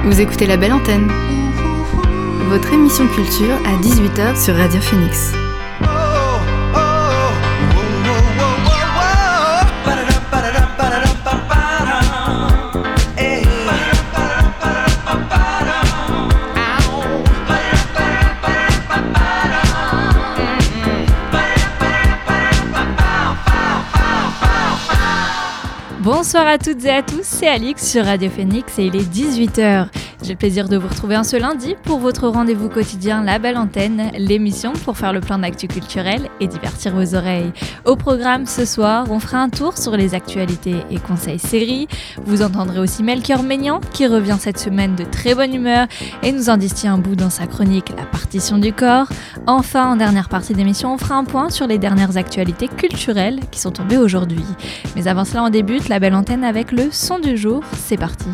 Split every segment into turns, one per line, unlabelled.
Vous écoutez La Belle Antenne, votre émission culture à 18h sur Radio Phoenix.
Bonsoir à toutes et à tous, c'est Alix sur Radio Phoenix et il est 18h. J'ai le plaisir de vous retrouver ce lundi pour votre rendez-vous quotidien La Belle Antenne, l'émission pour faire le plein d'actu culturel et divertir vos oreilles. Au programme ce soir, on fera un tour sur les actualités et conseils séries. Vous entendrez aussi Melchior Maignan qui revient cette semaine de très bonne humeur et nous en distille un bout dans sa chronique La partition du corps. Enfin, en dernière partie d'émission, on fera un point sur les dernières actualités culturelles qui sont tombées aujourd'hui. Mais avant cela, on débute La Belle Antenne avec le son du jour. C'est parti.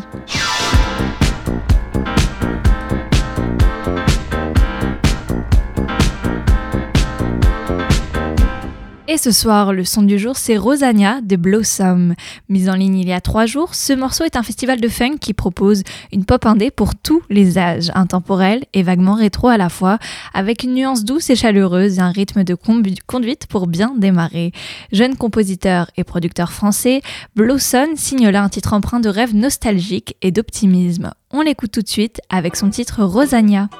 Et ce soir, le son du jour, c'est Rosanna de Blossom. Mise en ligne il y a 3 jours, ce morceau est un festival de funk qui propose une pop indé pour tous les âges, intemporelle et vaguement rétro à la fois, avec une nuance douce et chaleureuse et un rythme de conduite pour bien démarrer. Jeune compositeur et producteur français, Blossom signe là un titre empreint de rêves nostalgiques et d'optimisme. On l'écoute tout de suite avec son titre Rosanna.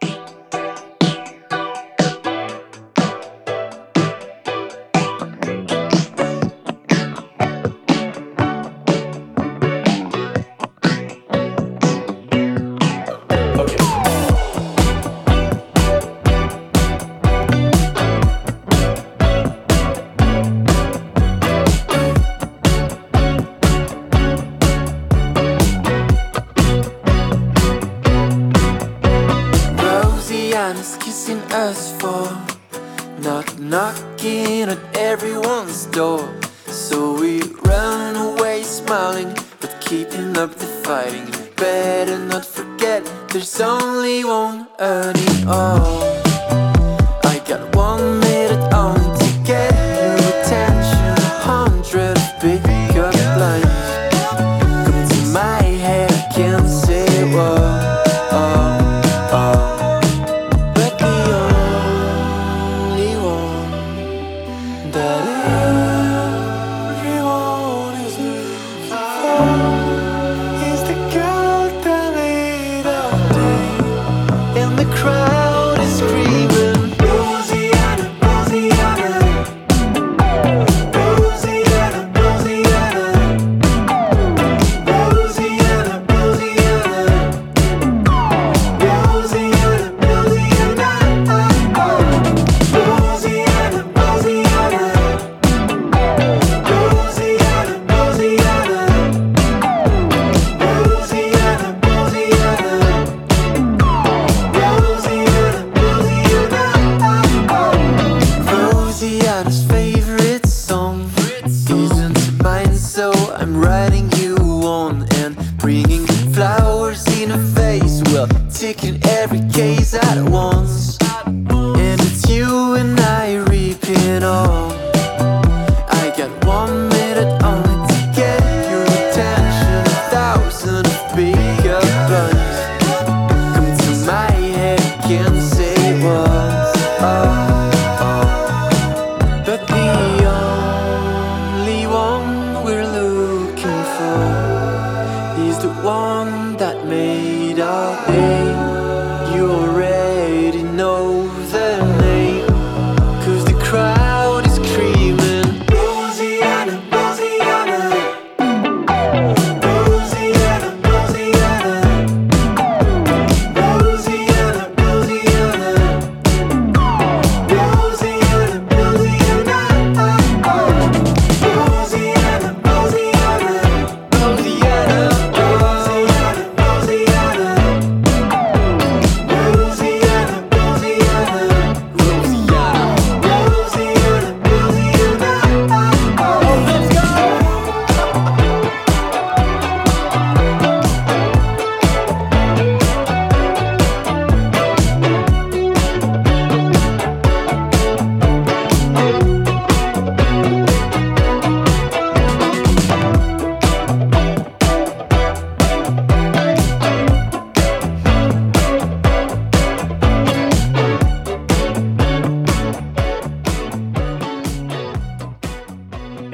Kissing us for knocking at everyone's door. So we run away smiling, but keeping up the fighting. You better not forget, there's only one earning all. I got 1 minute only to get your attention. 100 pick-up lines come to my head, I can't say what.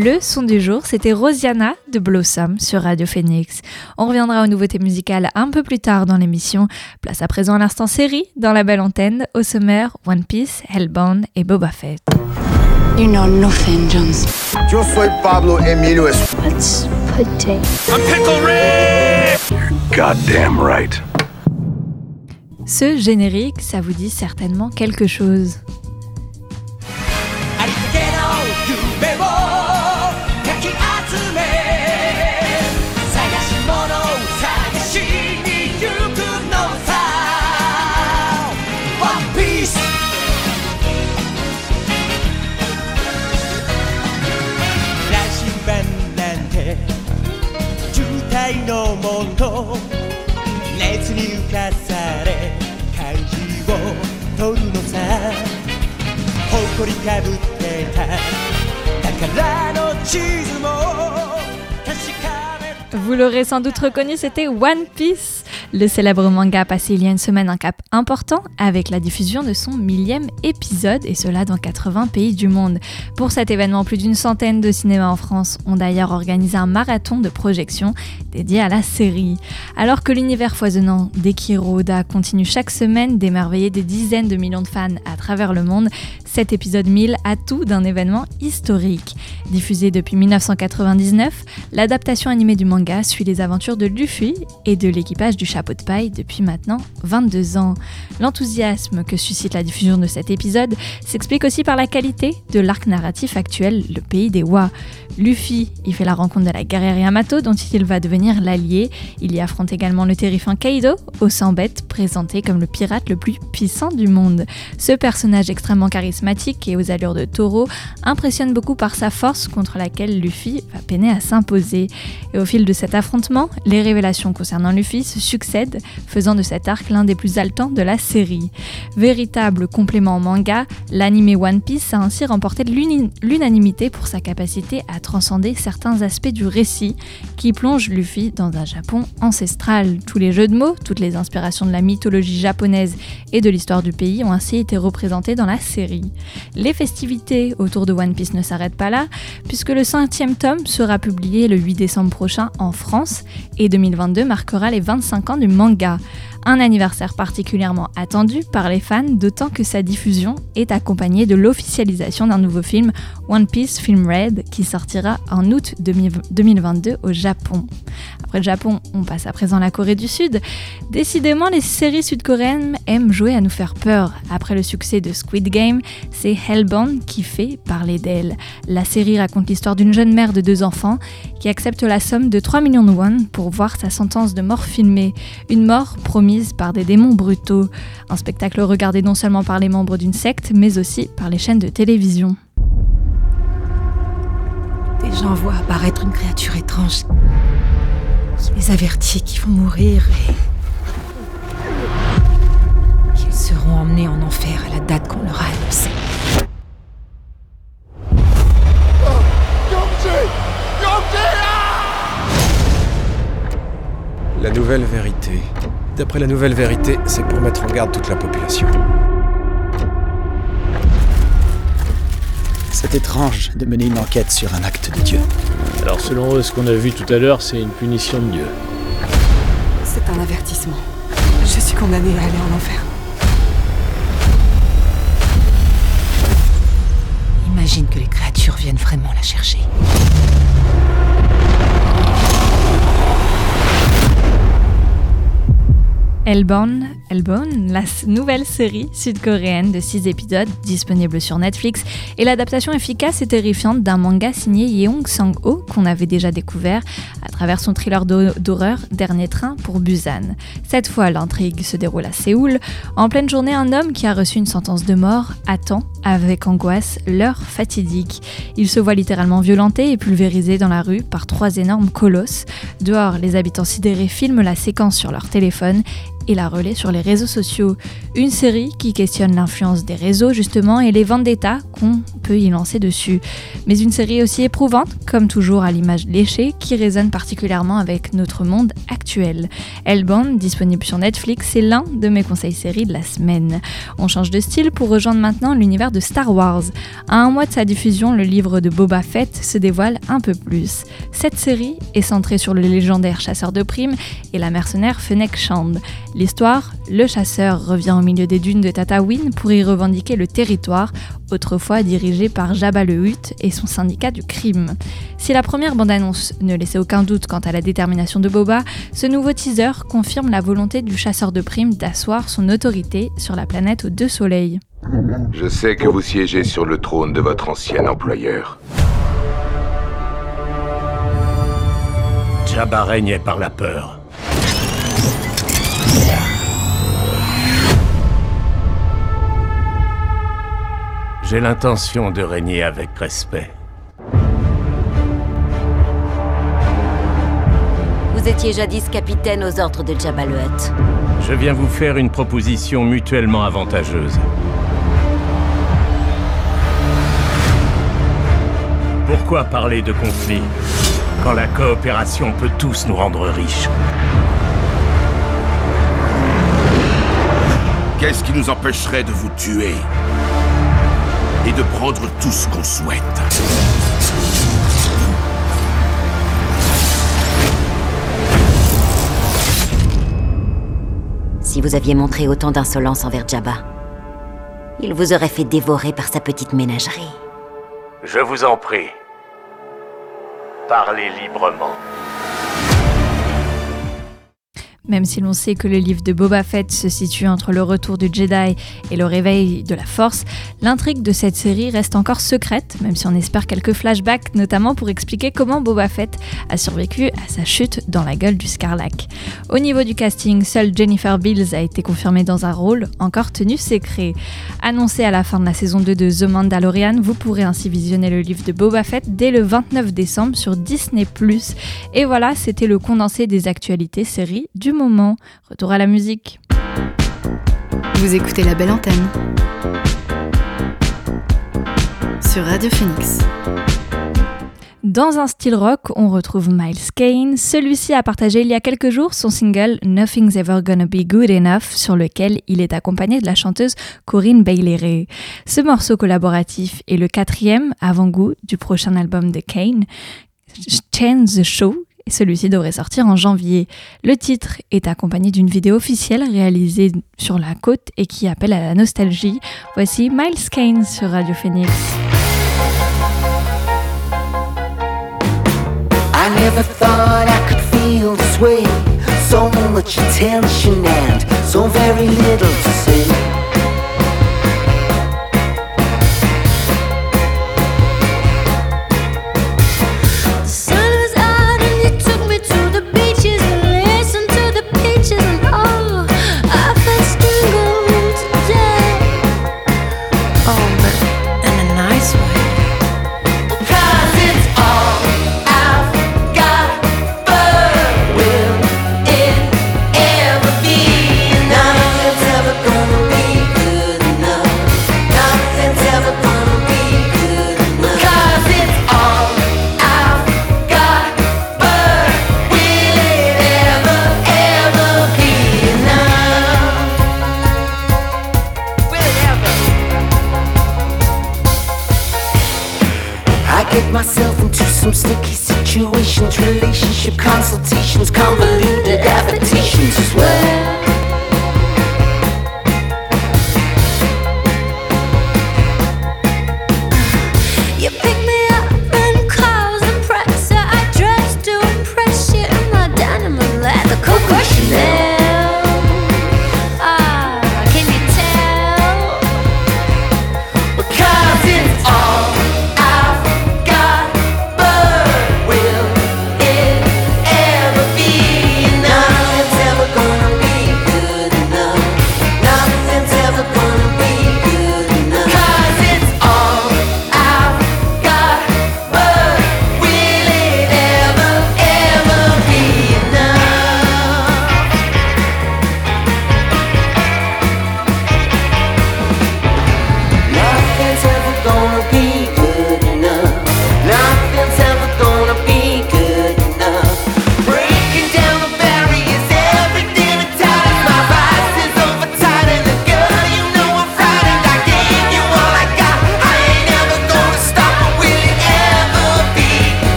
Le son du jour, c'était Rosianna de Blossom sur Radio Phoenix. On reviendra aux nouveautés musicales un peu plus tard dans l'émission. Place à présent à l'instant série dans la belle antenne. Au sommaire, One Piece, Hellbound et Boba Fett.
You know nothing, Jones.
Yo soy Pablo Emilio
Let's potato.
I'm Pickle Rick! You're goddamn right.
Ce générique, ça vous dit certainement quelque chose. Vous l'aurez sans doute reconnu, c'était One Piece. Le célèbre manga a passé il y a une semaine un cap important avec la diffusion de son 1000e épisode, et cela dans 80 pays du monde. Pour cet événement, plus d'une centaine de cinémas en France ont d'ailleurs organisé un marathon de projection dédié à la série. Alors que l'univers foisonnant d'Ekiro Oda continue chaque semaine d'émerveiller des dizaines de millions de fans à travers le monde, cet épisode 1000 a tout d'un événement historique. Diffusé depuis 1999, l'adaptation animée du manga suit les aventures de Luffy et de l'équipage du chapeau de paille depuis maintenant 22 ans. L'enthousiasme que suscite la diffusion de cet épisode s'explique aussi par la qualité de l'arc narratif actuel, le pays des Wa. Luffy y fait la rencontre de la guerrière Yamato dont il va devenir l'allié. Il y affronte également le terrifiant Kaido, au sang bête, présenté comme le pirate le plus puissant du monde. Ce personnage extrêmement charismatique et aux allures de taureau impressionne beaucoup par sa force contre laquelle Luffy va peiner à s'imposer. Et au fil de cet affrontement, les révélations concernant Luffy se succèdent, faisant de cet arc l'un des plus haletants de la série. Véritable complément au manga, l'anime One Piece a ainsi remporté l'unanimité pour sa capacité à transcender certains aspects du récit qui plonge Luffy dans un Japon ancestral. Tous les jeux de mots, toutes les inspirations de la mythologie japonaise et de l'histoire du pays ont ainsi été représentées dans la série. Les festivités autour de One Piece ne s'arrêtent pas là, puisque le 5e tome sera publié le 8 décembre prochain en France et 2022 marquera les 25 ans du manga. Un anniversaire particulièrement attendu par les fans, d'autant que sa diffusion est accompagnée de l'officialisation d'un nouveau film, One Piece Film Red, qui sortira en août 2022 au Japon. Après le Japon, on passe à présent à la Corée du Sud. Décidément, les séries sud-coréennes aiment jouer à nous faire peur. Après le succès de Squid Game, c'est Hellbound qui fait parler d'elle. La série raconte l'histoire d'une jeune mère de 2 enfants qui accepte la somme de 3 millions de won pour voir sa sentence de mort filmée. Une mort promise par des démons brutaux. Un spectacle regardé non seulement par les membres d'une secte, mais aussi par les chaînes de télévision.
Des gens voient apparaître une créature étrange qui les avertit qu'ils vont mourir et qu'ils seront emmenés en enfer à la date qu'on leur a annoncée.
La nouvelle vérité. D'après la nouvelle vérité, c'est pour mettre en garde toute la population.
C'est étrange de mener une enquête sur un acte de Dieu.
Alors selon eux, ce qu'on a vu tout à l'heure, c'est une punition de Dieu.
C'est un avertissement. Je suis condamnée à aller en enfer. Imagine que les créatures viennent vraiment la chercher.
Hellbound, la nouvelle série sud-coréenne de 6 épisodes disponible sur Netflix, est l'adaptation efficace et terrifiante d'un manga signé Yeong Sang-ho qu'on avait déjà découvert à travers son thriller d'horreur Dernier train pour Busan. Cette fois, l'intrigue se déroule à Séoul. En pleine journée, un homme qui a reçu une sentence de mort attend avec angoisse l'heure fatidique. Il se voit littéralement violenté et pulvérisé dans la rue par 3 énormes colosses. Dehors, les habitants sidérés filment la séquence sur leur téléphone et la relaie sur les réseaux sociaux. Une série qui questionne l'influence des réseaux justement et les vendettas qu'on peut y lancer dessus. Mais une série aussi éprouvante, comme toujours à l'image léchée, qui résonne particulièrement avec notre monde actuel. Hellbound, disponible sur Netflix, c'est l'un de mes conseils séries de la semaine. On change de style pour rejoindre maintenant l'univers de Star Wars. À un mois de sa diffusion, le livre de Boba Fett se dévoile un peu plus. Cette série est centrée sur le légendaire chasseur de primes et la mercenaire Fennec Shand. L'histoire, le chasseur revient au milieu des dunes de Tatooine pour y revendiquer le territoire, autrefois dirigé par Jabba le Hutt et son syndicat du crime. Si la première bande-annonce ne laissait aucun doute quant à la détermination de Boba, ce nouveau teaser confirme la volonté du chasseur de primes d'asseoir son autorité sur la planète aux 2 soleils.
Je sais que vous siégez sur le trône de votre ancien employeur.
Jabba régnait par la peur. J'ai l'intention de régner avec respect.
Vous étiez jadis capitaine aux ordres de Jabba le Hutt.
Je viens vous faire une proposition mutuellement avantageuse. Pourquoi parler de conflit quand la coopération peut tous nous rendre riches?
Qu'est-ce qui nous empêcherait de vous tuer et de prendre tout ce qu'on souhaite?
Si vous aviez montré autant d'insolence envers Jabba, il vous aurait fait dévorer par sa petite ménagerie.
Je vous en prie. Parlez librement.
Même si l'on sait que le livre de Boba Fett se situe entre le retour du Jedi et le réveil de la Force, l'intrigue de cette série reste encore secrète, même si on espère quelques flashbacks, notamment pour expliquer comment Boba Fett a survécu à sa chute dans la gueule du Sarlacc. Au niveau du casting, seule Jennifer Beals a été confirmée dans un rôle encore tenu secret. Annoncé à la fin de la saison 2 de The Mandalorian, vous pourrez ainsi visionner le livre de Boba Fett dès le 29 décembre sur Disney+. Et voilà, c'était le condensé des actualités séries du moment. Retour à la musique.
Vous écoutez La Belle Antenne sur Radio Phoenix.
Dans un style rock, on retrouve Miles Kane. Celui-ci a partagé il y a quelques jours son single Nothing's Ever Gonna Be Good Enough, sur lequel il est accompagné de la chanteuse Corinne Bailey. Ce morceau collaboratif est le 4e avant-goût du prochain album de Kane, Change the Show. Celui-ci devrait sortir en janvier. Le titre est accompagné d'une vidéo officielle réalisée sur la côte et qui appelle à la nostalgie. Voici Miles Kane sur Radio Phoenix.
I never thought I could feel this way. So much attention and so very little to say. Will it ever be? Nothing's ever gonna be good.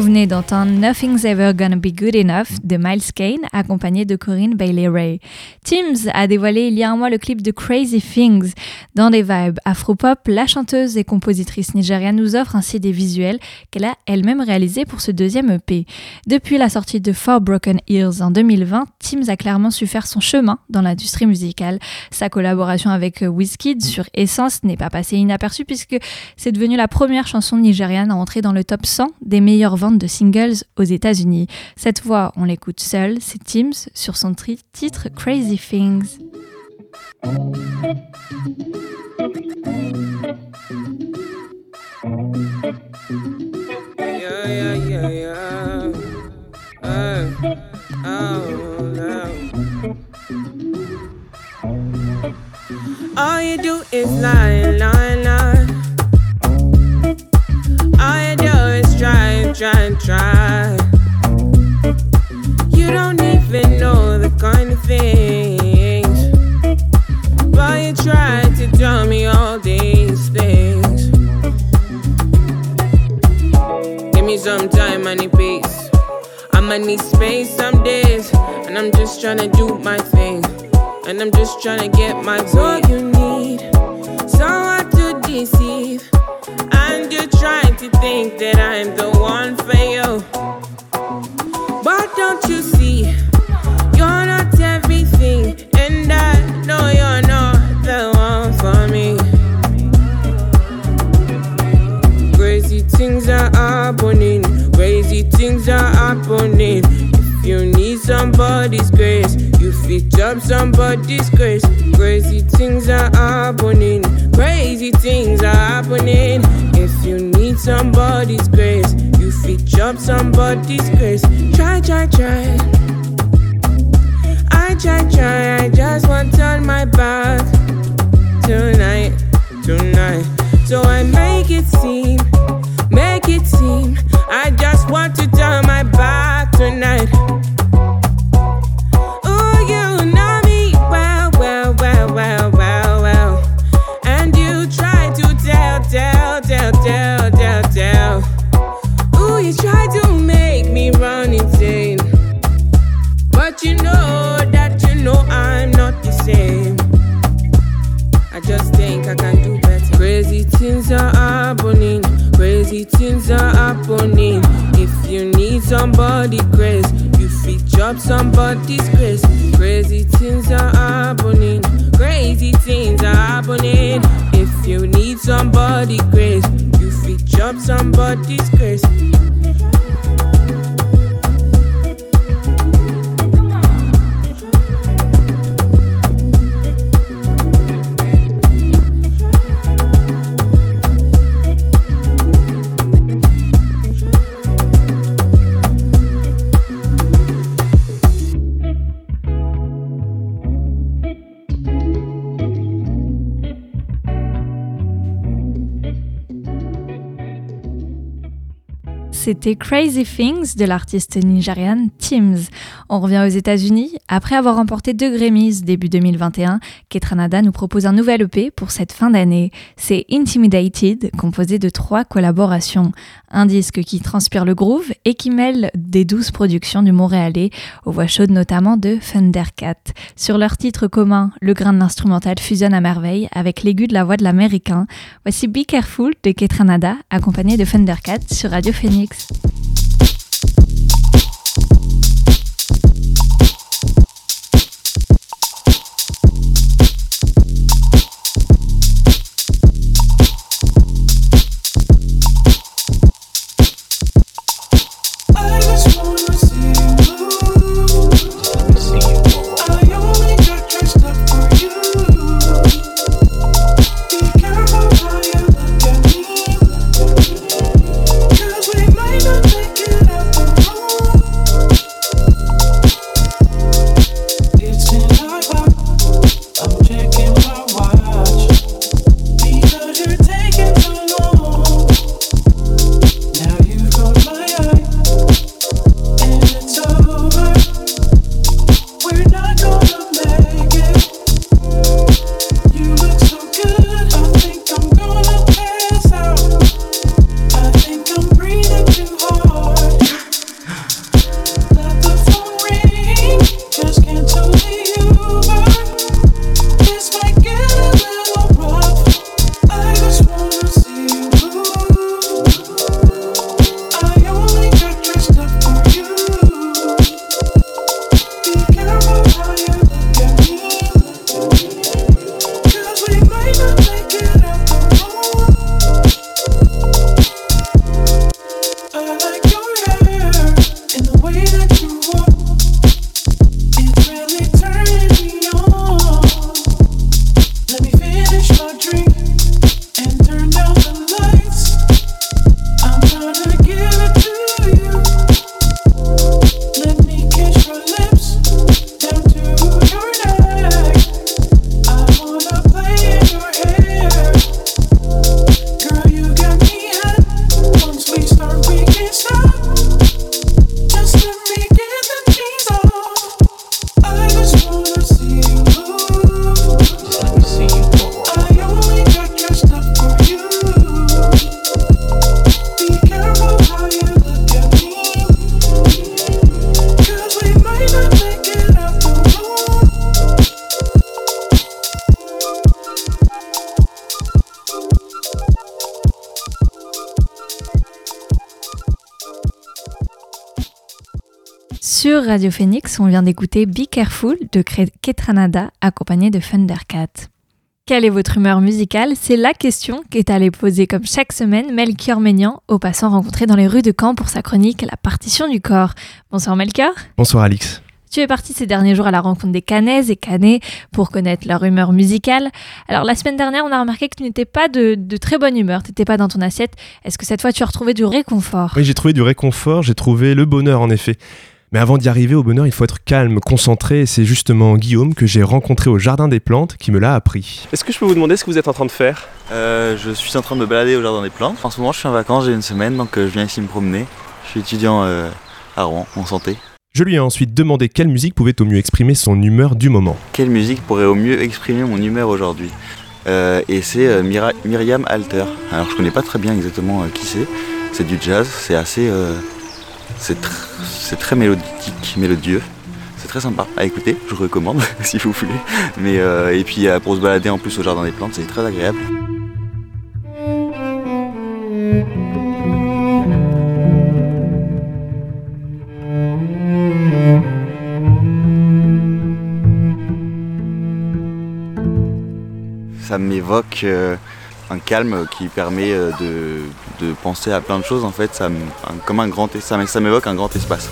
venez d'entendre Nothing's Ever Gonna Be Good Enough de Miles Kane, accompagné de Corinne Bailey Rae. Teams a dévoilé il y a un mois le clip de Crazy Things. Dans des vibes afro-pop, la chanteuse et compositrice nigériane nous offre ainsi des visuels qu'elle a elle-même réalisés pour ce deuxième EP. Depuis la sortie de Four Broken Ears en 2020, Teams a clairement su faire son chemin dans l'industrie musicale. Sa collaboration avec Wizkid sur Essence n'est pas passée inaperçue puisque c'est devenu la première chanson nigériane à entrer dans le top 100 des meilleures ventes de singles aux États-Unis. Cette fois, on l'écoute seule, c'est Teams sur son titre Crazy Things.
All you do is lie, lie, lie. All you do is try, try, try. You don't even know the kind of things, but you try to tell me all these things. Give me some time, I need peace. I'ma need space some days, and I'm just tryna do my thing, and I'm just tryna get my way. So you need someone to deceive, and you're trying to think that I'm the one for you. But don't you see, you're not everything, and I know you're not the one for me. Crazy things are happening, crazy things are happening. If you need somebody's grace, you fit up somebody's grace. Crazy things are happening, crazy things are happening. If you need somebody's grace, you fit up somebody's grace. Try, try, try. I try, try, I just want to turn my back tonight, tonight. So I make it seem, I just want to turn my back tonight. Oh, you know me well, well, well, well, well, well. And you try to tell. Ooh, you try to make me run insane, but you know that I'm not the same. I just think I can do better. Crazy things are happening, crazy things are happening. If you need somebody grace, you fit up somebody's grace. Crazy things are happening, crazy things are happening. If you need somebody grace, you fit up somebody's grace.
C'était Crazy Things de l'artiste nigériane Teams. On revient aux États-Unis. Après avoir remporté 2 Grammys début 2021, Kaytranada nous propose un nouvel EP pour cette fin d'année. C'est Intimidated, composé de 3 collaborations. Un disque qui transpire le groove et qui mêle des douces productions du Montréalais, aux voix chaudes notamment de Thundercat. Sur leur titre commun, le grain de l'instrumental fusionne à merveille avec l'aigu de la voix de l'américain. Voici Be Careful de Kaytranada, accompagné de Thundercat sur Radio Phoenix.
Might not
Sur Radio Phoenix, on vient d'écouter Be Careful de Ketranada, accompagné de Thundercat. Quelle est votre humeur musicale ? C'est la question qu'est allée poser comme chaque semaine Melchior Maignan, aux passants rencontrés dans les rues de Caen pour sa chronique La partition du corps. Bonsoir Melchior.
Bonsoir Alix.
Tu es parti ces derniers jours à la rencontre des Cannaises et Cannais pour connaître leur humeur musicale. Alors la semaine dernière, on a remarqué que tu n'étais pas de très bonne humeur, tu n'étais pas dans ton assiette. Est-ce que cette fois tu as retrouvé du réconfort ?
Oui, j'ai trouvé du réconfort, j'ai trouvé le bonheur en effet. Mais avant d'y arriver au bonheur, il faut être calme, concentré, et c'est justement Guillaume que j'ai rencontré au Jardin des Plantes qui me l'a appris.
Est-ce que je peux vous demander ce que vous êtes en train de faire ?
Je suis en train de me balader au Jardin des Plantes. En ce moment, je suis en vacances, j'ai une semaine, donc je viens ici me promener. Je suis étudiant à Rouen, en santé.
Je lui ai ensuite demandé quelle musique pouvait au mieux exprimer son humeur du moment.
Quelle musique pourrait au mieux exprimer mon humeur aujourd'hui ? Et c'est Myriam Alter. Alors je connais pas très bien exactement qui c'est. C'est du jazz, c'est assez... c'est très mélodieux. C'est très sympa à écouter, je vous recommande si vous voulez. Mais, et puis pour se balader en plus au Jardin des Plantes, c'est très agréable. Ça m'évoque un calme qui permet de penser à plein de choses en fait, ça m'évoque un grand espace.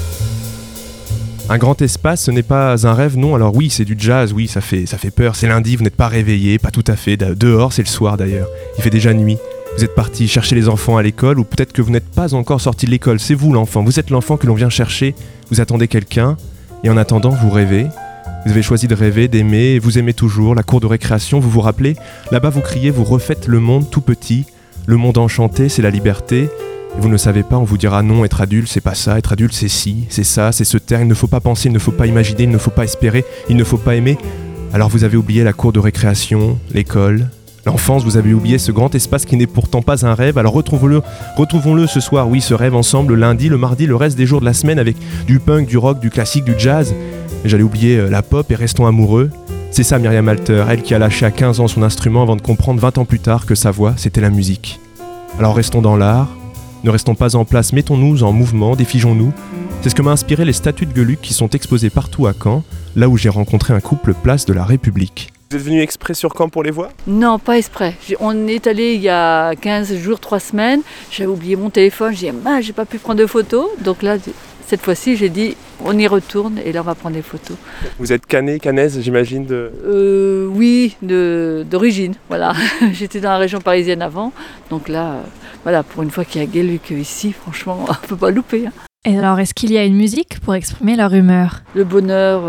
Un grand espace, ce n'est pas un rêve, non. Alors oui, c'est du jazz, oui, ça fait peur, c'est lundi, vous n'êtes pas réveillé, pas tout à fait, dehors c'est le soir d'ailleurs, il fait déjà nuit. Vous êtes parti chercher les enfants à l'école, ou peut-être que vous n'êtes pas encore sorti de l'école, c'est vous l'enfant, vous êtes l'enfant que l'on vient chercher, vous attendez quelqu'un, et en attendant vous rêvez. Vous avez choisi de rêver, d'aimer, et vous aimez toujours, la cour de récréation, vous vous rappelez ? Là-bas vous criez, vous refaites le monde tout petit, le monde enchanté, c'est la liberté, et vous ne savez pas, on vous dira non, être adulte c'est pas ça, être adulte c'est ci, c'est ça, c'est se taire, il ne faut pas penser, il ne faut pas imaginer, il ne faut pas espérer, il ne faut pas aimer. Alors vous avez oublié la cour de récréation, l'école, l'enfance, vous avez oublié ce grand espace qui n'est pourtant pas un rêve, alors retrouvons-le ce soir, oui, ce rêve ensemble, le lundi, le mardi, le reste des jours de la semaine avec du punk, du rock, du classique, du jazz. J'allais oublier la pop et restons amoureux. C'est ça Myriam Alter, elle qui a lâché à 15 ans son instrument avant de comprendre 20 ans plus tard que sa voix, c'était la musique. Alors restons dans l'art, ne restons pas en place, mettons-nous en mouvement, défigeons-nous. C'est ce que m'a inspiré les statues de Gueluc qui sont exposées partout à Caen, là où j'ai rencontré un couple place de la République.
Vous êtes venu exprès sur Caen pour les voir ?
Non, pas exprès. On est allé il y a 15 jours, 3 semaines. J'avais oublié mon téléphone. J'ai dit, j'ai pas pu prendre de photos. Donc là, cette fois-ci, j'ai dit, on y retourne et là, on va prendre des photos.
Vous êtes cannaise, j'imagine
Oui, d'origine. Voilà. J'étais dans la région parisienne avant. Donc là, voilà, pour une fois qu'il y a Gueluc ici, franchement, on peut pas louper. Hein.
Et alors, est-ce qu'il y a une musique pour exprimer leur humeur ?
Le bonheur.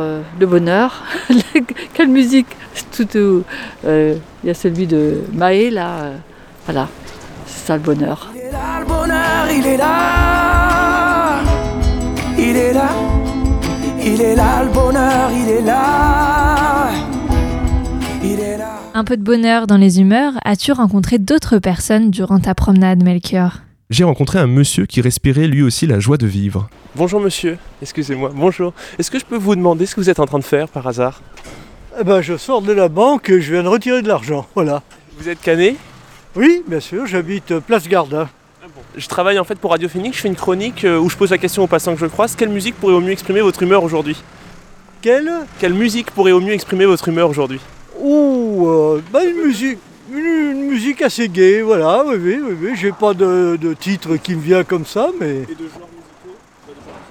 Quelle musique ? Il y a celui de Maé, là. Voilà, c'est ça le bonheur.
Il est là, le bonheur, il est là. Il est là. Il est là, le bonheur, il est là. Il est là.
Un peu de bonheur dans les humeurs, as-tu rencontré d'autres personnes durant ta promenade, Melchior ?
J'ai rencontré un monsieur qui respirait lui aussi la joie de vivre.
Bonjour monsieur, excusez-moi, bonjour. Est-ce que je peux vous demander ce que vous êtes en train de faire par hasard ?
Je sors de la banque, je viens de retirer de l'argent, voilà.
Vous êtes Canet ?
Oui, bien sûr, j'habite Place Gardin.
Je travaille en fait pour Radio Phoenix, je fais une chronique où je pose la question aux passants que je croise. Quelle musique pourrait au mieux exprimer votre humeur aujourd'hui ? Quelle musique pourrait au mieux exprimer votre humeur aujourd'hui ?
Une musique assez gaie, voilà, oui. J'ai pas de titre qui me vient comme ça, mais...
Et de genres musicaux ?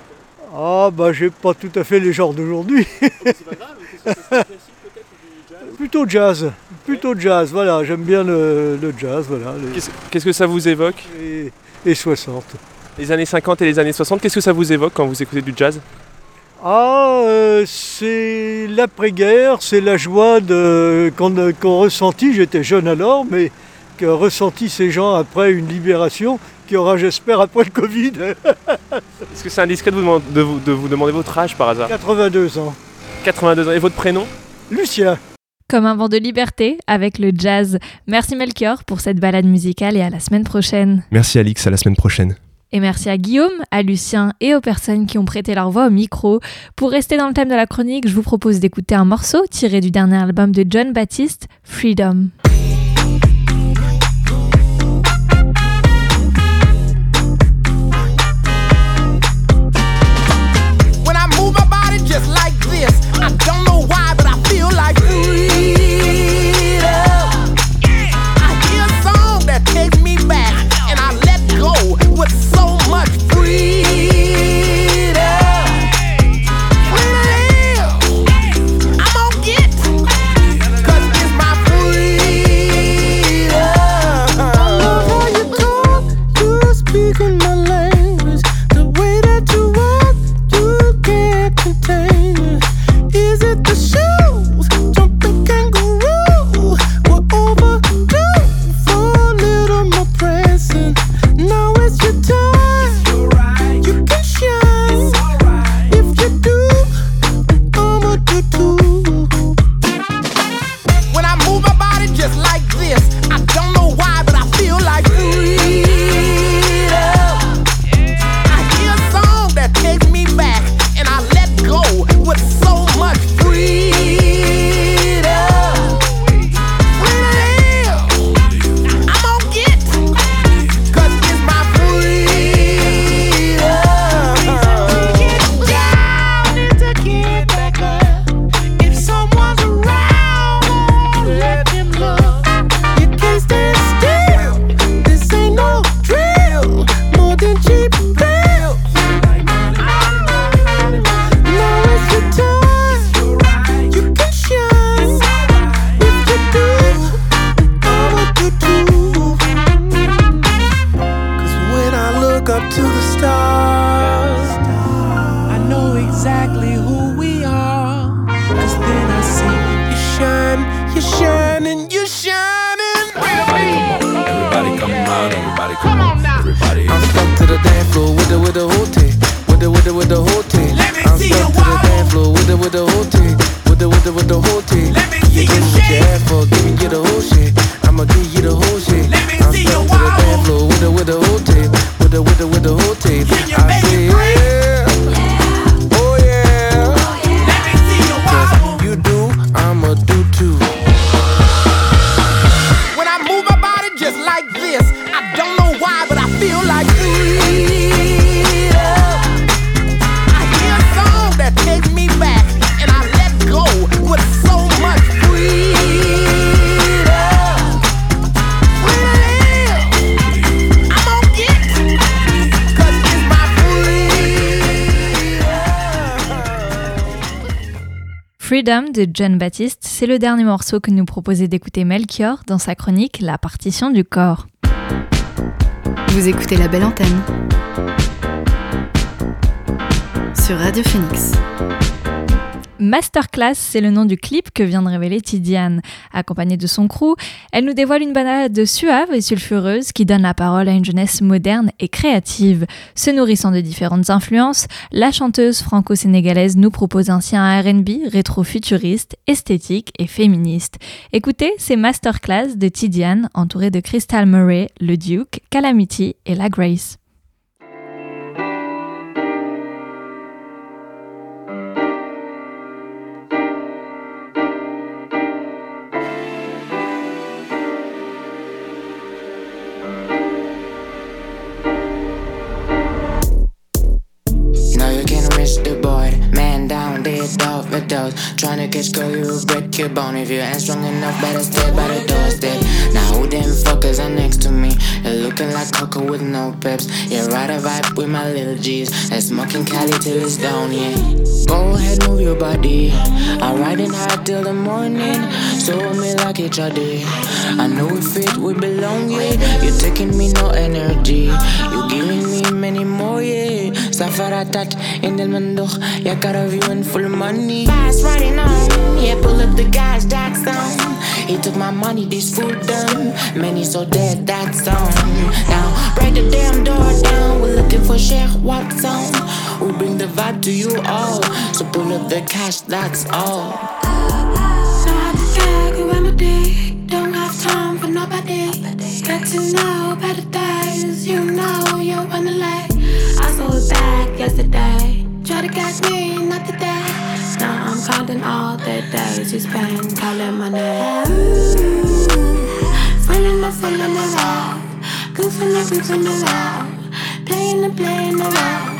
J'ai pas tout à fait les genres d'aujourd'hui.
C'est pas grave, qu'est-ce que c'est classique peut-être ou du jazz ?
Plutôt jazz, voilà, j'aime bien le jazz, voilà.
Qu'est-ce que ça vous évoque ?
Et 60.
Les années 50 et les années 60, qu'est-ce que ça vous évoque quand vous écoutez du jazz ?
C'est l'après-guerre, c'est la joie qu'on ressentit, j'étais jeune alors, mais que ressenti ces gens après une libération qui aura, j'espère, après le Covid.
Est-ce que c'est indiscret de vous demander votre âge par hasard ?
82 ans.
82 ans. Et votre prénom ?
Lucien.
Comme un vent de liberté avec le jazz. Merci Melchior pour cette balade musicale et à la semaine prochaine.
Merci Alix, à la semaine prochaine.
Et merci à Guillaume, à Lucien et aux personnes qui ont prêté leur voix au micro. Pour rester dans le thème de la chronique, je vous propose d'écouter un morceau tiré du dernier album de John Baptiste, Freedom.
up to the stars. I know exactly who we are, 'cause then I see you shine, you shine, and you shining.
Everybody come on, everybody come on now. Everybody.
I'm stuck to the dance floor with the whole team. With the whole team. I'm stuck to the dance floor with the whole team. With the whole team. You give me what you asked for, giving you the whole shit. I'ma give you the whole shit. I'm stuck to the dance floor with the whole team. With the whole team. I say yeah, oh yeah. Cause you do, I'ma do too. When I move my body just like this, I don't know why, but I feel like take me back, and I let go with so much freedom. I'm gonna get, 'cause it's my
Freedom de John Baptiste, c'est le dernier morceau que nous proposait d'écouter Melchior dans sa chronique La partition du corps.
Vous écoutez La Belle Antenne sur Radio Phoenix.
Masterclass, c'est le nom du clip que vient de révéler Tidiane. Accompagnée de son crew, elle nous dévoile une balade suave et sulfureuse qui donne la parole à une jeunesse moderne et créative. Se nourrissant de différentes influences, la chanteuse franco-sénégalaise nous propose ainsi un R&B rétro-futuriste, esthétique et féministe. Écoutez, c'est Masterclass de Tidiane, entourée de Crystal Murray, le Duke, Calamity et la Grace.
Trying to catch girl, you will break your bone. If you ain't strong enough, better stay by the doorstep. Now who them fuckers are next to me? They're looking like cocoa with no peps. Yeah, ride a vibe with my little G's. And smoking Cali till it's down, yeah. Go ahead, move your body. I'm riding high till the morning. So me like each other. I know we fit, we belong, yeah. You're taking me no energy. You're giving me many more, yeah. Safaratat in el mundo. Yeah, got a view in full money. Fast riding on, yeah, pull up the gas, that's on. He took my money, this food done. Many so dead, that's on. Now, break the damn door down. We're looking for Sheikh Watson. We'll bring the vibe to you all. So pull up the cash, that's all.
So I can you my day. Don't have time for nobody. Get to know better days. You know you're running late. I saw it back yesterday. Try to catch me, not today. Now I'm counting all the days you spent calling my name. Falling around, goofing around, playing around.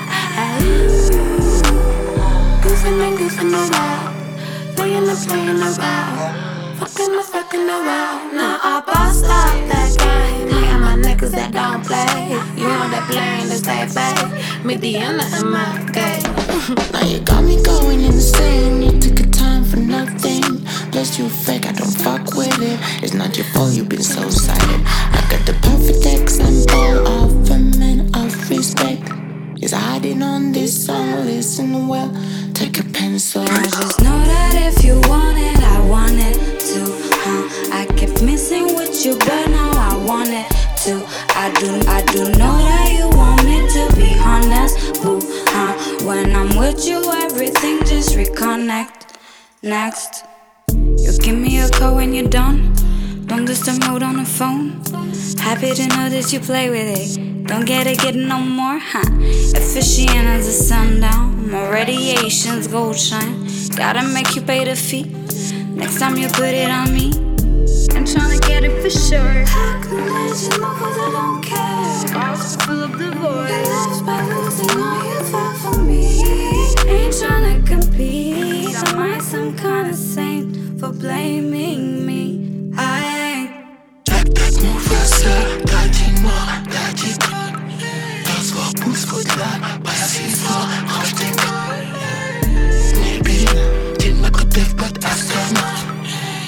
Goofing around, playing around, fucking around. Now I boss up that game. Me and my niggas that don't play. You know that playing to stay fake. Meet the end of my game.
Now you got me going insane. You took your time for nothing. Plus you fake, I don't fuck with it. It's not your fault, you've been so silent. I got the perfect example of a man of respect. Is hiding on this song, listen well. Take a pencil.
I just know that if you want it, I want it too. I kept missing with you, but now I want it too. I do know that you want me to be honest, boo. When I'm with you, everything just reconnect. Next, you give me a call when you're done. Don't disturb mode on the phone. Happy to know that you play with it. Don't get it no more, Efficient as the sundown. My radiations gold shine. Gotta make you pay the fee. Next time you put it on me. I'm tryna get it for sure.
I can let you know 'cause I don't care.
I was to fill up the void.
Your love's by losing all you felt for me.
Ain't tryna compete. Am I some kind of saint for blaming me? I ain't.
Move ça, t'as dit moi, t'as dit quoi. T'assois, pousse, côte-là, pas si fort, range tes couilles. Nibine, t'es ma côté, pas d'astronaute.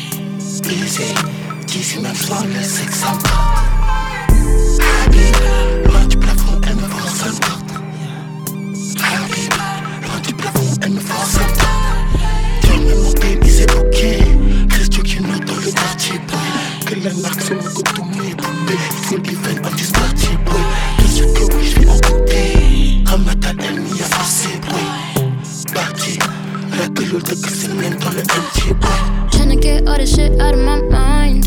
Easy, d'ici même soir, le sexe en bas. Habila.
Tryna get all this shit out of my mind.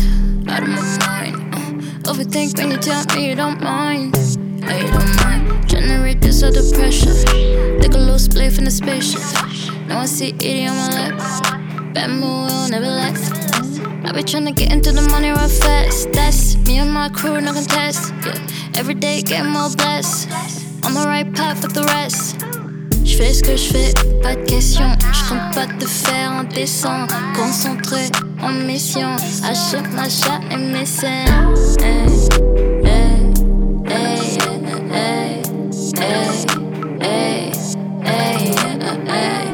Overthink when you tell me you don't mind. Oh, you don't mind. Generate this other pressure. Take a little spliff in the spaceship. Now I see ED on my lap. Bamboo will never last. I be tryna get into the money real fast. That's me and my crew, no contest. Yeah. Every day getting more blessed. On the right path with the rest. J'fais ce que j'fais, pas de question. J'compte pas te faire en descend. Concentré en mission. Achète ma chatte et mes scènes. Hey, hey, hey, hey, hey, hey, hey, hey.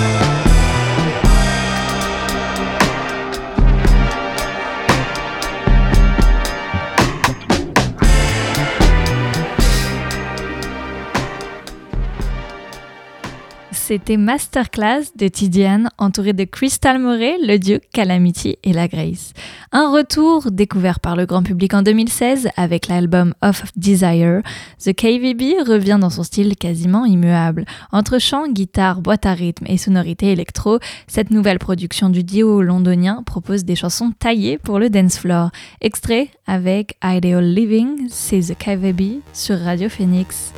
C'était Masterclass de Tidiane, entouré de Crystal Moret, le Duke, Calamity et la Grace. Un retour découvert par le grand public en 2016 avec l'album Of Desire. The KVB revient dans son style quasiment immuable. Entre chant, guitare, boîte à rythme et sonorité électro, cette nouvelle production du duo londonien propose des chansons taillées pour le dance floor. Extrait avec Ideal Living, c'est The KVB sur Radio Phoenix.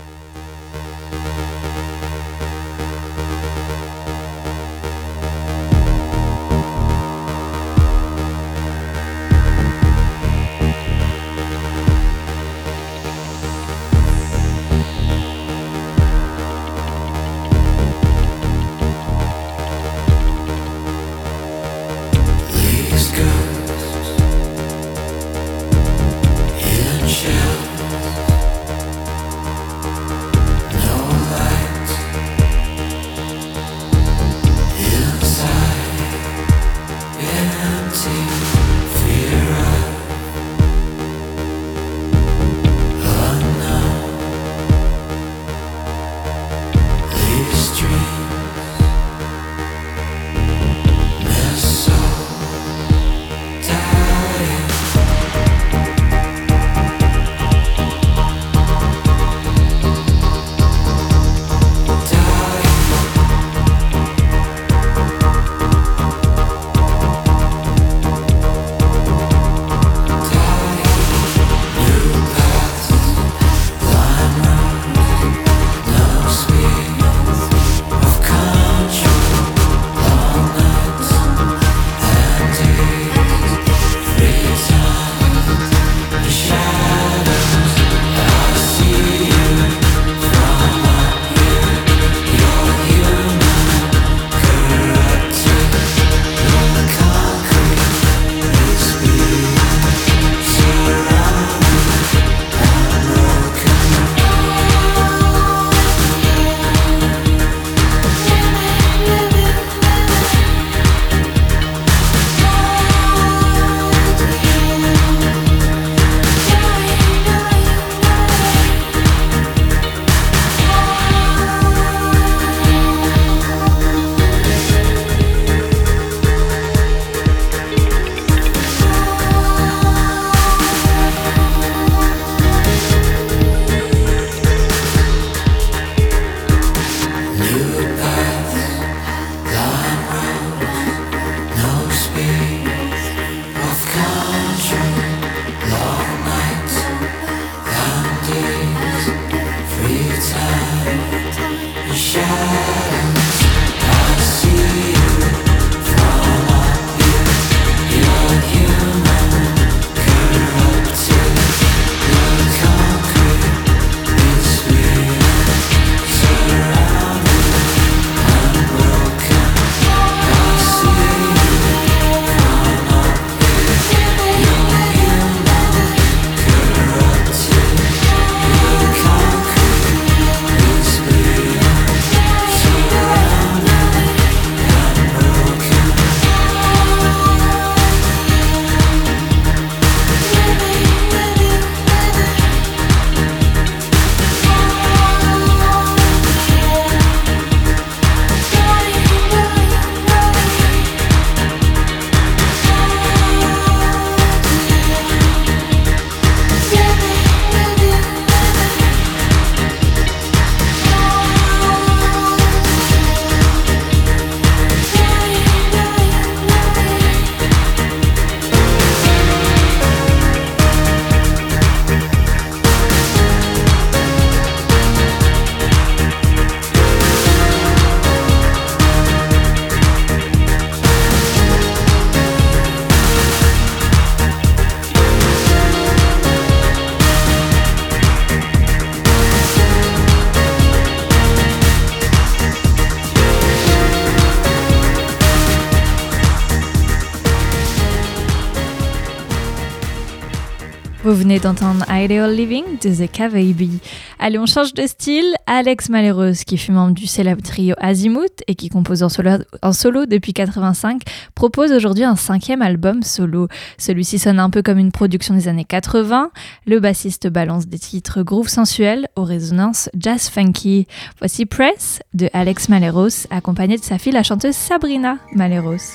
Vous venez d'entendre Ideal Living de The Cavaby. Allez, on change de style. Alex Malleros, qui fut membre du célèbre trio Azimuth et qui compose en solo depuis 85, propose aujourd'hui un 5e album solo. Celui-ci sonne un peu comme une production des années 80. Le bassiste balance des titres groove sensuels aux résonances jazz funky. Voici Press de Alex Malleros, accompagné de sa fille la chanteuse Sabrina Malleros.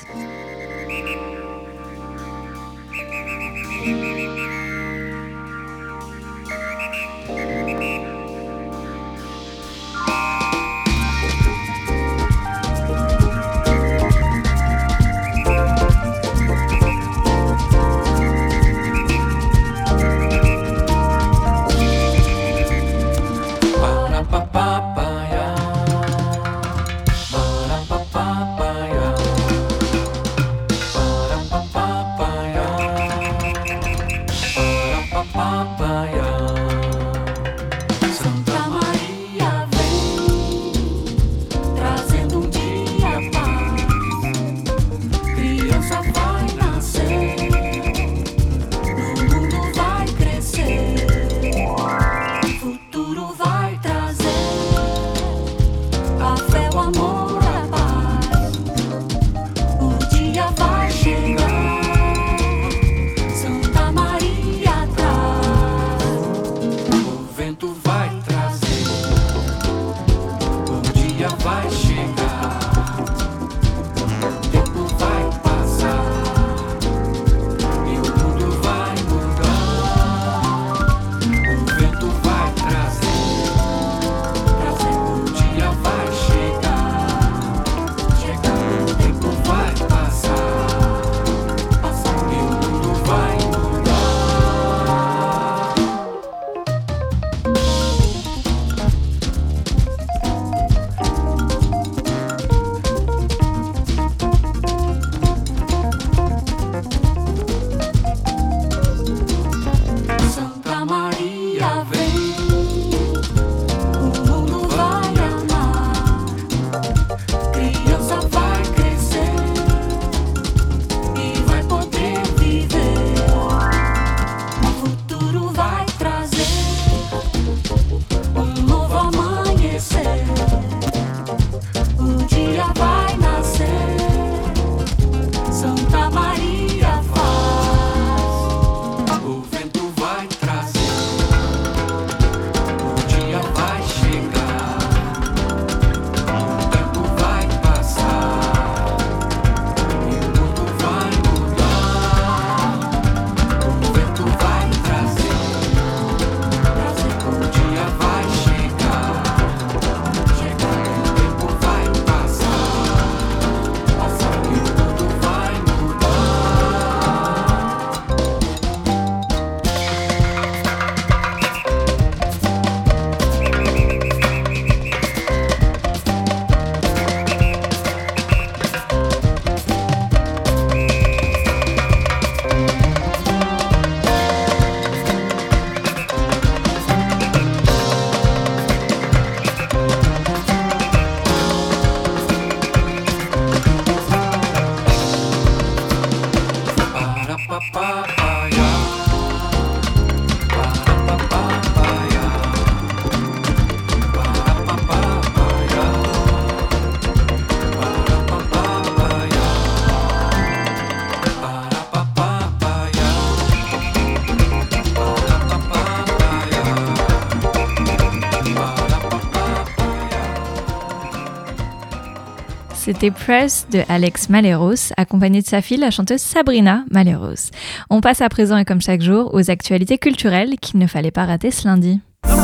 C'était Press de Alex Malleros, accompagné de sa fille, la chanteuse Sabrina Malleros. On passe à présent et comme chaque jour aux actualités culturelles qu'il ne fallait pas rater ce lundi.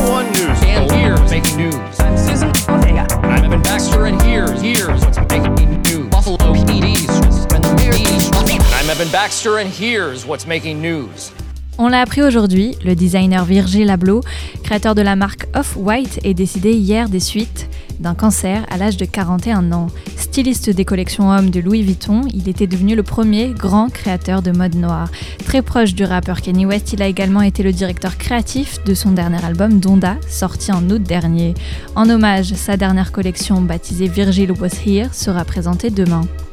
On l'a appris aujourd'hui, le designer Virgil Abloh, créateur de la marque Off-White, est décédé hier des suites d'un cancer à l'âge de 41 ans. Styliste des collections hommes de Louis Vuitton, il était devenu le premier grand créateur de mode noire. Très proche du rappeur Kanye West, il a également été le directeur créatif de son dernier album Donda, sorti en août dernier. En hommage, sa dernière collection, baptisée Virgil Was Here, sera présentée demain.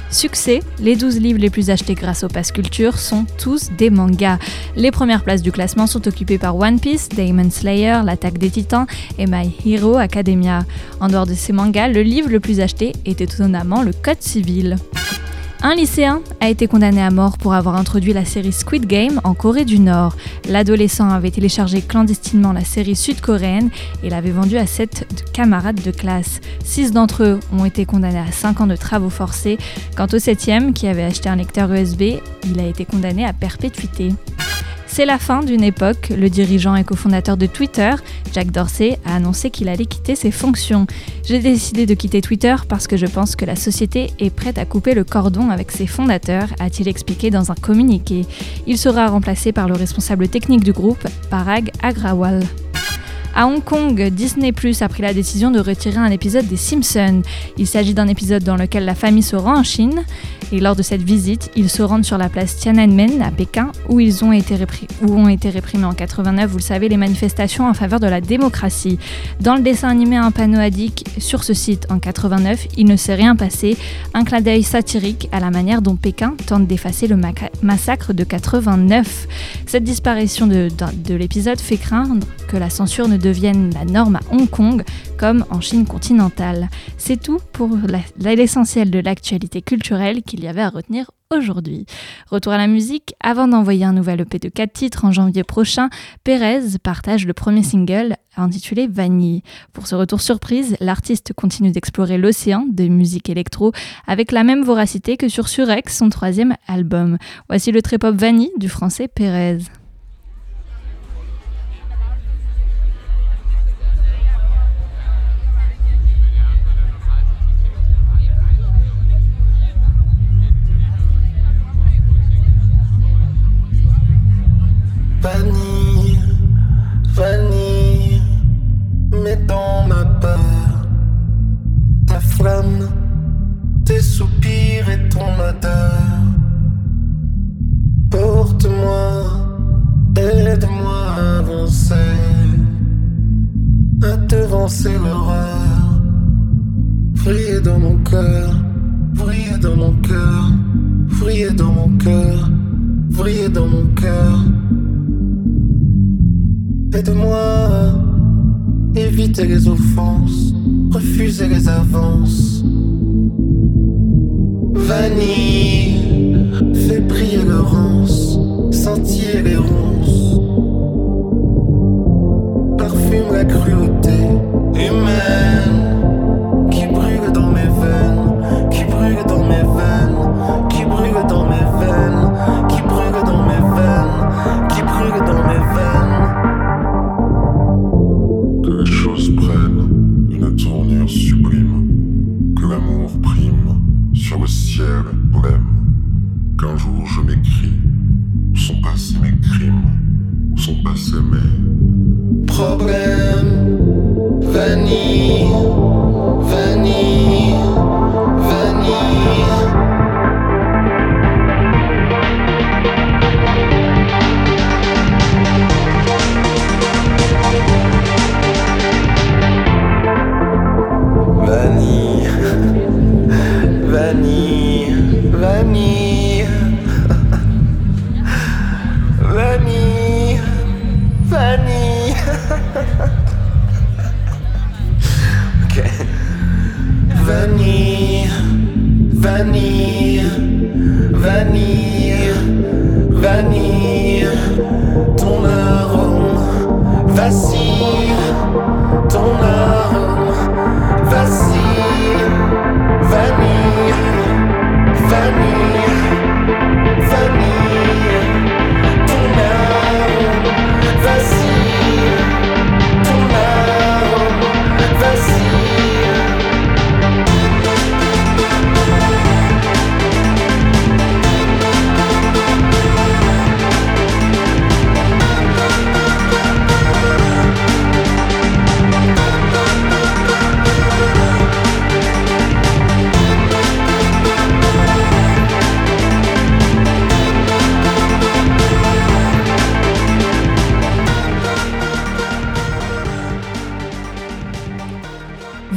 Succès, les 12 livres les plus achetés grâce au Pass Culture sont tous des mangas. Les premières places du classement sont occupées par One Piece, Demon Slayer, L'Attaque des Titans et My Hero Academia. En dehors de ces mangas, le livre le plus acheté est étonnamment le Code civil. Un lycéen a été condamné à mort pour avoir introduit la série Squid Game en Corée du Nord. L'adolescent avait téléchargé clandestinement la série sud-coréenne et l'avait vendue à 7 camarades de classe. 6 d'entre eux ont été condamnés à 5 ans de travaux forcés. Quant au 7e, qui avait acheté un lecteur USB, il a été condamné à perpétuité. C'est la fin d'une époque. Le dirigeant et cofondateur de Twitter, Jack Dorsey, a annoncé qu'il allait quitter ses fonctions. J'ai décidé de quitter Twitter parce que je pense que la société est prête à couper le cordon avec ses fondateurs, a-t-il expliqué dans un communiqué. Il sera remplacé par le responsable technique du groupe, Parag Agrawal. À Hong Kong, Disney+ a pris la décision de retirer un épisode des Simpsons. Il s'agit d'un épisode dans lequel la famille se rend en Chine. Et lors de cette visite, ils se rendent sur la place Tiananmen à Pékin, où ont été réprimées en 89, vous le savez, les manifestations en faveur de la démocratie. Dans le dessin animé Un panneau indique sur ce site en 89, il ne s'est rien passé, un clin d'œil satirique à la manière dont Pékin tente d'effacer le massacre de 89. Cette disparition de l'épisode fait craindre que la censure ne devienne la norme à Hong Kong, comme en Chine continentale. C'est tout pour l'essentiel de l'actualité culturelle qu'il y avait à retenir aujourd'hui. Retour à la musique, avant d'envoyer un nouvel EP de 4 titres en janvier prochain, Pérez partage le premier single intitulé Vanille. Pour ce retour surprise, l'artiste continue d'explorer l'océan de musique électro avec la même voracité que sur Surex, son 3e album. Voici le trip-hop Vanille du français Pérez.
Vanille, vanille, mets dans ma peur ta flamme, tes soupirs et ton odeur. Porte-moi, aide-moi à avancer, à devancer l'horreur. Vriller dans mon cœur, vriller dans mon cœur, vriller dans mon cœur, vriller dans mon cœur. Aide-moi, éviter les offenses, refuser les avances. Vanille, fais briller le rance, sentir les ronces. Parfume la cruauté humaine qui brûle dans mes veines, qui brûle dans mes veines, qui brûle dans mes veines, qui brûle dans mes veines, qui brûle dans mes veines.
Que les choses prennent une tournure sublime, que l'amour prime sur le ciel blême, qu'un jour je m'écris, où sont passés mes crimes, où sont passés mes
problèmes. Vanille, vanille, vanille. Vanille, vanille, vanille, vanille, vanille. Ok. Vanille, vanille, vanille, vanille. Ton arôme vacille, ton arôme vacille. Vanille, vanille, vanille. Ton arôme vacille, ton arôme vacille.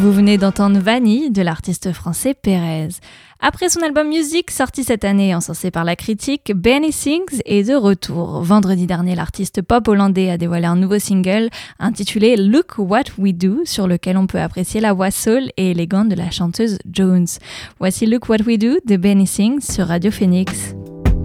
Vous venez d'entendre Vanille de l'artiste français Pérez. Après son album Music, sorti cette année et encensé par la critique, Benny Sings est de retour. Vendredi dernier, l'artiste pop hollandais a dévoilé un nouveau single intitulé Look What We Do, sur lequel on peut apprécier la voix soul et élégante de la chanteuse Jones. Voici Look What We Do de Benny Sings sur Radio Phoenix.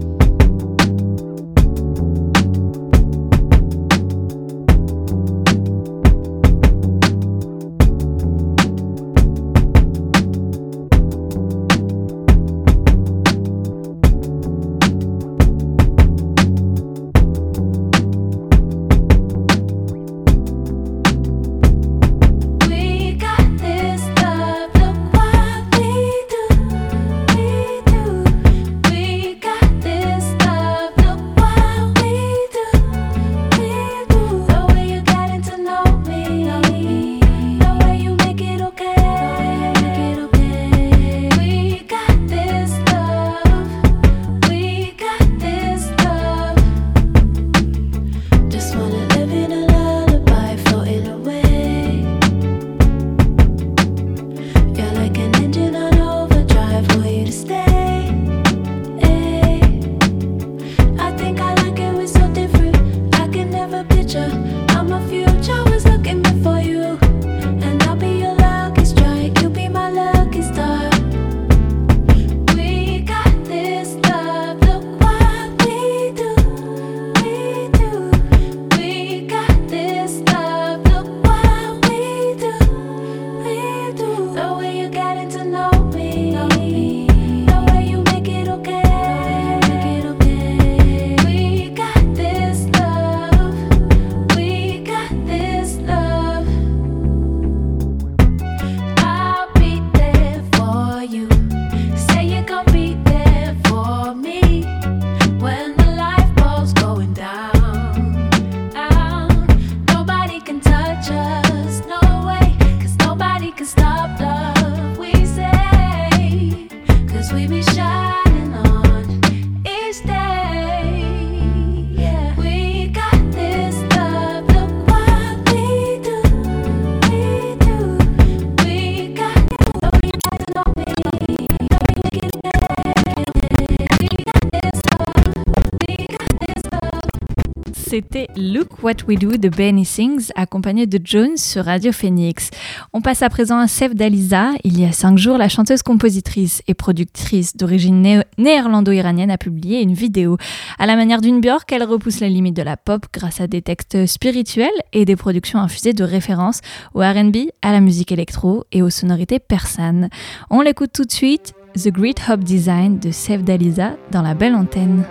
C'était Look What We Do de Benny Sings, accompagné de Jones sur Radio Phoenix. On passe à présent à Sevdaliza. Il y a 5 jours, la chanteuse, compositrice et productrice d'origine néerlando-iranienne a publié une vidéo. À la manière d'une Björk, elle repousse les limites de la pop grâce à des textes spirituels et des productions infusées de références au R&B, à la musique électro et aux sonorités persanes. On l'écoute tout de suite, The Great Hop Design de Sevdaliza dans la belle antenne.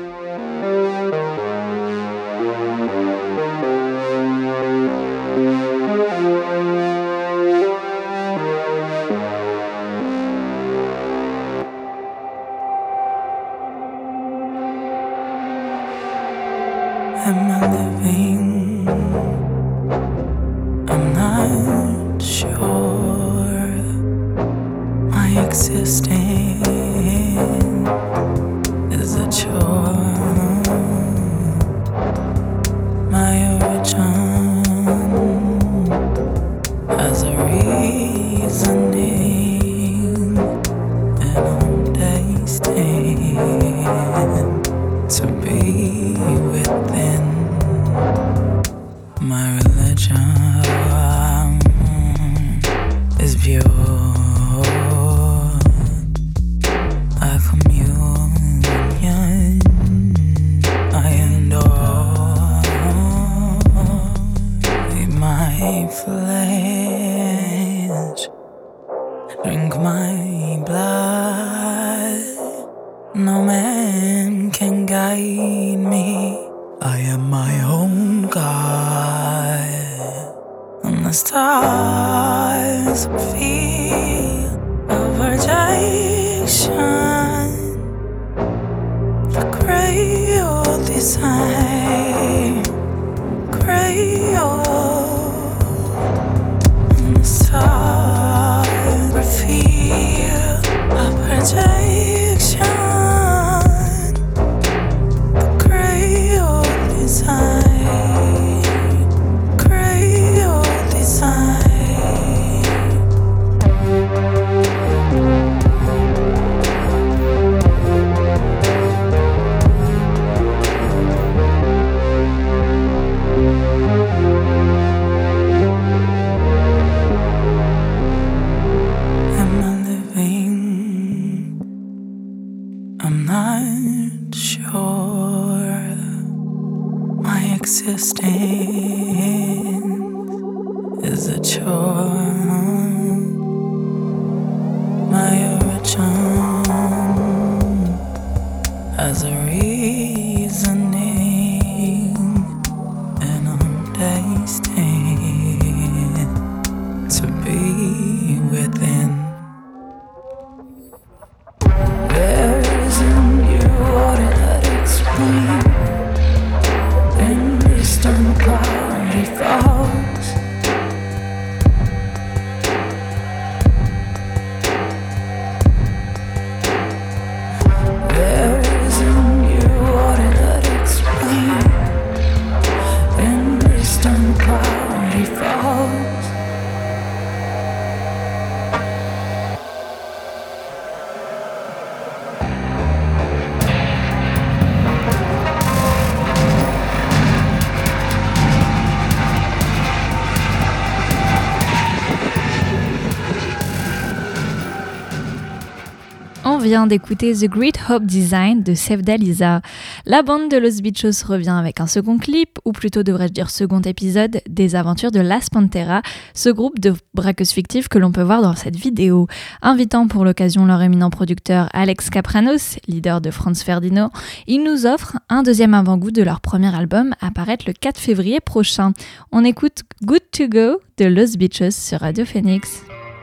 Am I living? I'm not sure. My existing is a chore. My origin has a reasoning, and I'm destined to be within my religion is pure, a communion I adore. Eat my flesh, drink my blood. No man can guide me. I am my own God. And the stars feel a projection. The Creole design, Creole. And the stars reveal a projection. Creole design. as a chore. My origin as a reasoning, and I'm tasting to be within. There isn't you order that explain in distant cloudy thoughts. There isn't you order that explain in distant cloudy thoughts.
On vient d'écouter The Great Hope Design de Sevda Liza. La bande de Los Bichos revient avec un second clip, ou plutôt devrais-je dire second épisode, des aventures de Las Pantera, ce groupe de braqueuses fictives que l'on peut voir dans cette vidéo. Invitant pour l'occasion leur éminent producteur Alex Kapranos, leader de Franz Ferdinand, ils nous offrent un deuxième avant-goût de leur premier album à paraître le 4 février prochain. On écoute Good to Go de Los Bichos sur Radio Phoenix.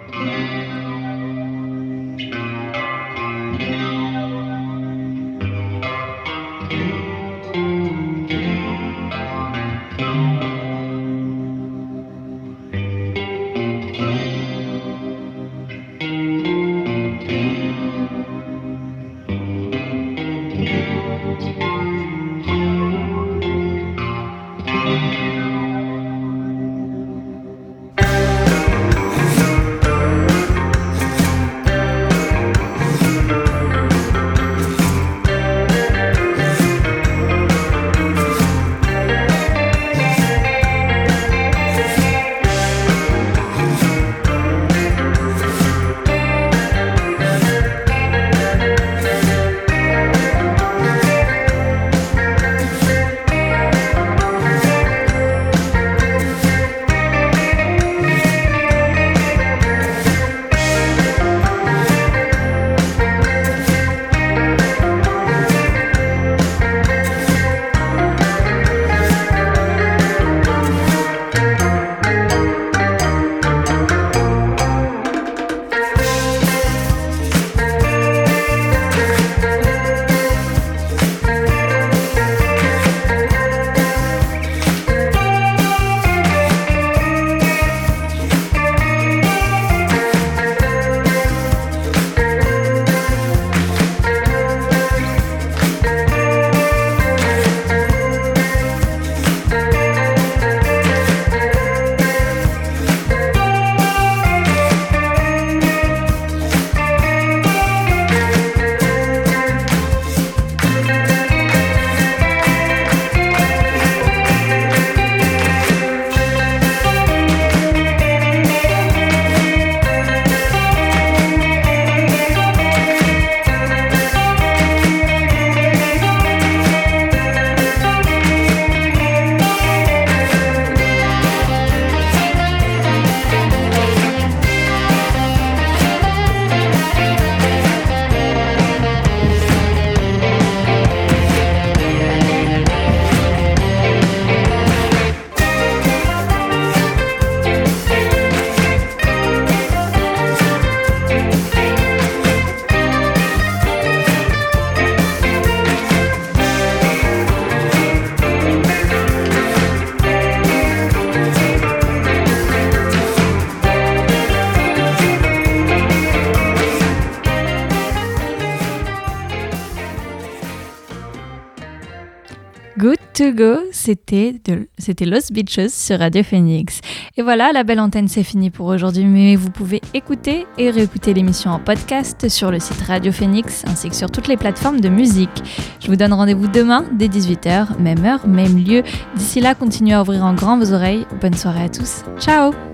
Good to Go, c'était Los Bichos sur Radio Phoenix. Et voilà, la belle antenne, c'est fini pour aujourd'hui, mais vous pouvez écouter et réécouter l'émission en podcast sur le site Radio Phoenix ainsi que sur toutes les plateformes de musique. Je vous donne rendez-vous demain dès 18h, même heure, même lieu. D'ici là, continuez à ouvrir en grand vos oreilles. Bonne soirée à tous. Ciao!